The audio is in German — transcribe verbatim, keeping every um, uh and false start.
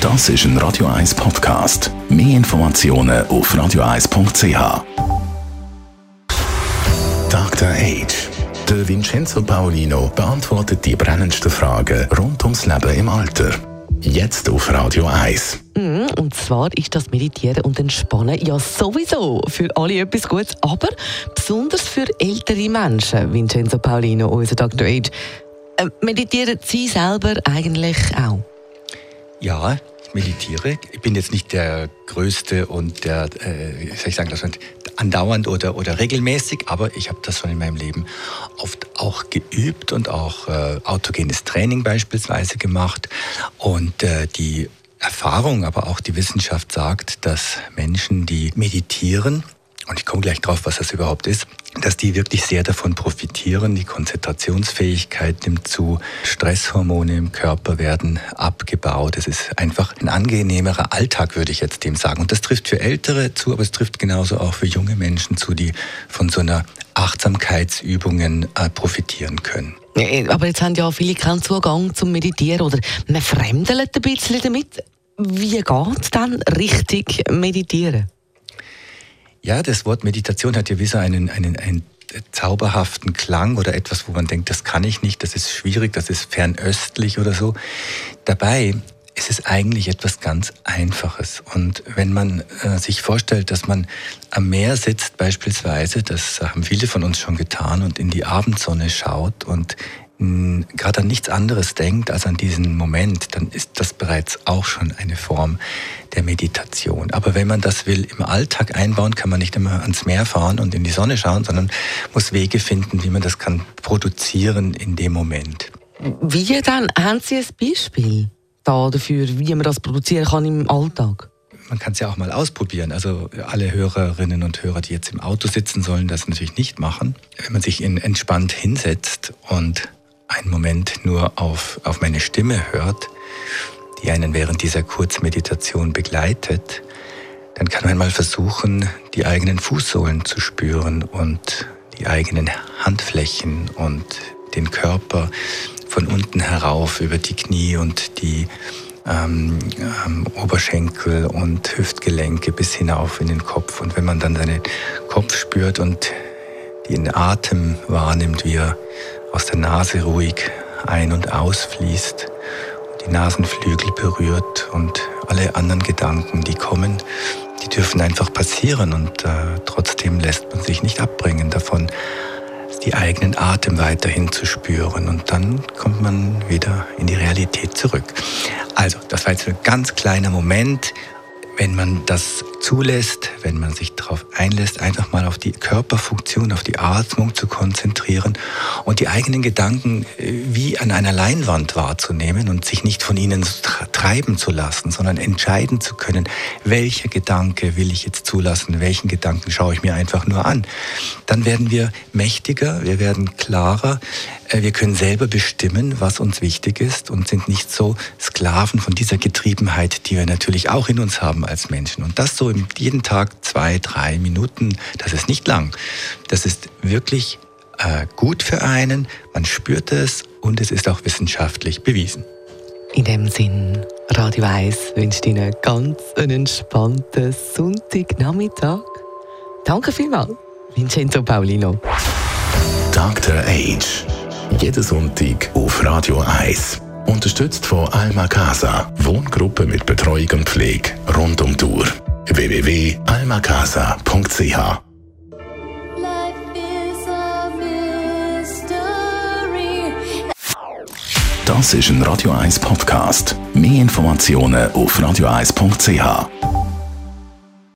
Das ist ein Radio eins Podcast. Mehr Informationen auf radio eins punkt c h. Doktor Age. Der Vincenzo Paolino beantwortet die brennendsten Fragen rund ums Leben im Alter. Jetzt auf Radio eins. Mm, und zwar ist das Meditieren und Entspannen ja sowieso für alle etwas Gutes, aber besonders für ältere Menschen, Vincenzo Paolino, unser Doktor Age. Äh, meditieren Sie selber eigentlich auch? Ja, ich meditiere. Ich bin jetzt nicht der Größte und der, äh, wie soll ich sagen, das andauernd oder, oder regelmäßig, aber ich habe das schon in meinem Leben oft auch geübt und auch äh, autogenes Training beispielsweise gemacht. Und äh, die Erfahrung, aber auch die Wissenschaft sagt, dass Menschen, die meditieren, und ich komme gleich drauf, was das überhaupt ist, dass die wirklich sehr davon profitieren. Die Konzentrationsfähigkeit nimmt zu, Stresshormone im Körper werden abgebaut. Es ist einfach ein angenehmerer Alltag, würde ich jetzt dem sagen. Und das trifft für Ältere zu, aber es trifft genauso auch für junge Menschen zu, die von so einer Achtsamkeitsübungen äh, profitieren können. Aber jetzt haben ja viele keinen Zugang zum Meditieren oder man fremdelt ein bisschen damit. Wie geht dann richtig meditieren? Ja, das Wort Meditation hat ja wie so einen, einen, einen zauberhaften Klang oder etwas, wo man denkt, das kann ich nicht, das ist schwierig, das ist fernöstlich oder so. Dabei ist es eigentlich etwas ganz Einfaches. Und wenn man äh, sich vorstellt, dass man am Meer sitzt beispielsweise, das haben viele von uns schon getan, und in die Abendsonne schaut und gerade an nichts anderes denkt als an diesen Moment, dann ist das bereits auch schon eine Form der Meditation. Aber wenn man das will im Alltag einbauen, kann man nicht immer ans Meer fahren und in die Sonne schauen, sondern muss Wege finden, wie man das kann produzieren in dem Moment. Wie dann? Haben Sie ein Beispiel da dafür, wie man das produzieren kann im Alltag? Man kann es ja auch mal ausprobieren. Also alle Hörerinnen und Hörer, die jetzt im Auto sitzen, sollen das natürlich nicht machen. Wenn man sich in, entspannt hinsetzt und einen Moment nur auf, auf meine Stimme hört, die einen während dieser Kurzmeditation begleitet, dann kann man mal versuchen, die eigenen Fußsohlen zu spüren und die eigenen Handflächen und den Körper von unten herauf über die Knie und die ähm, ähm, Oberschenkel und Hüftgelenke bis hinauf in den Kopf. Und wenn man dann seinen Kopf spürt und den Atem wahrnimmt, wie er aus der Nase ruhig ein- und ausfließt, die Nasenflügel berührt und alle anderen Gedanken, die kommen, die dürfen einfach passieren und äh, trotzdem lässt man sich nicht abbringen davon, die eigenen Atem weiterhin zu spüren, und dann kommt man wieder in die Realität zurück. Also, das war jetzt ein ganz kleiner Moment. Wenn man das zulässt, wenn man sich darauf einlässt, einfach mal auf die Körperfunktion, auf die Atmung zu konzentrieren und die eigenen Gedanken wie an einer Leinwand wahrzunehmen und sich nicht von ihnen treiben zu lassen, sondern entscheiden zu können, welcher Gedanke will ich jetzt zulassen, welchen Gedanken schaue ich mir einfach nur an. Dann werden wir mächtiger, wir werden klarer, wir können selber bestimmen, was uns wichtig ist, und sind nicht so Sklaven von dieser Getriebenheit, die wir natürlich auch in uns haben als Menschen. Und das so jeden Tag zwei, drei Minuten, das ist nicht lang. Das ist wirklich äh, gut für einen, man spürt es und es ist auch wissenschaftlich bewiesen. In dem Sinn, Radio eins wünscht Ihnen ganz einen entspannten Sonntagnachmittag. Danke vielmals, Vincenzo Paolino. Doktor Age. Jeden Sonntag auf Radio eins. Unterstützt von Alma Casa. Wohngruppe mit Betreuung und Pflege rund um die Uhr. w w w punkt alma casa punkt c h. Das ist ein Radio eins Podcast. Mehr Informationen auf radio eins punkt c h.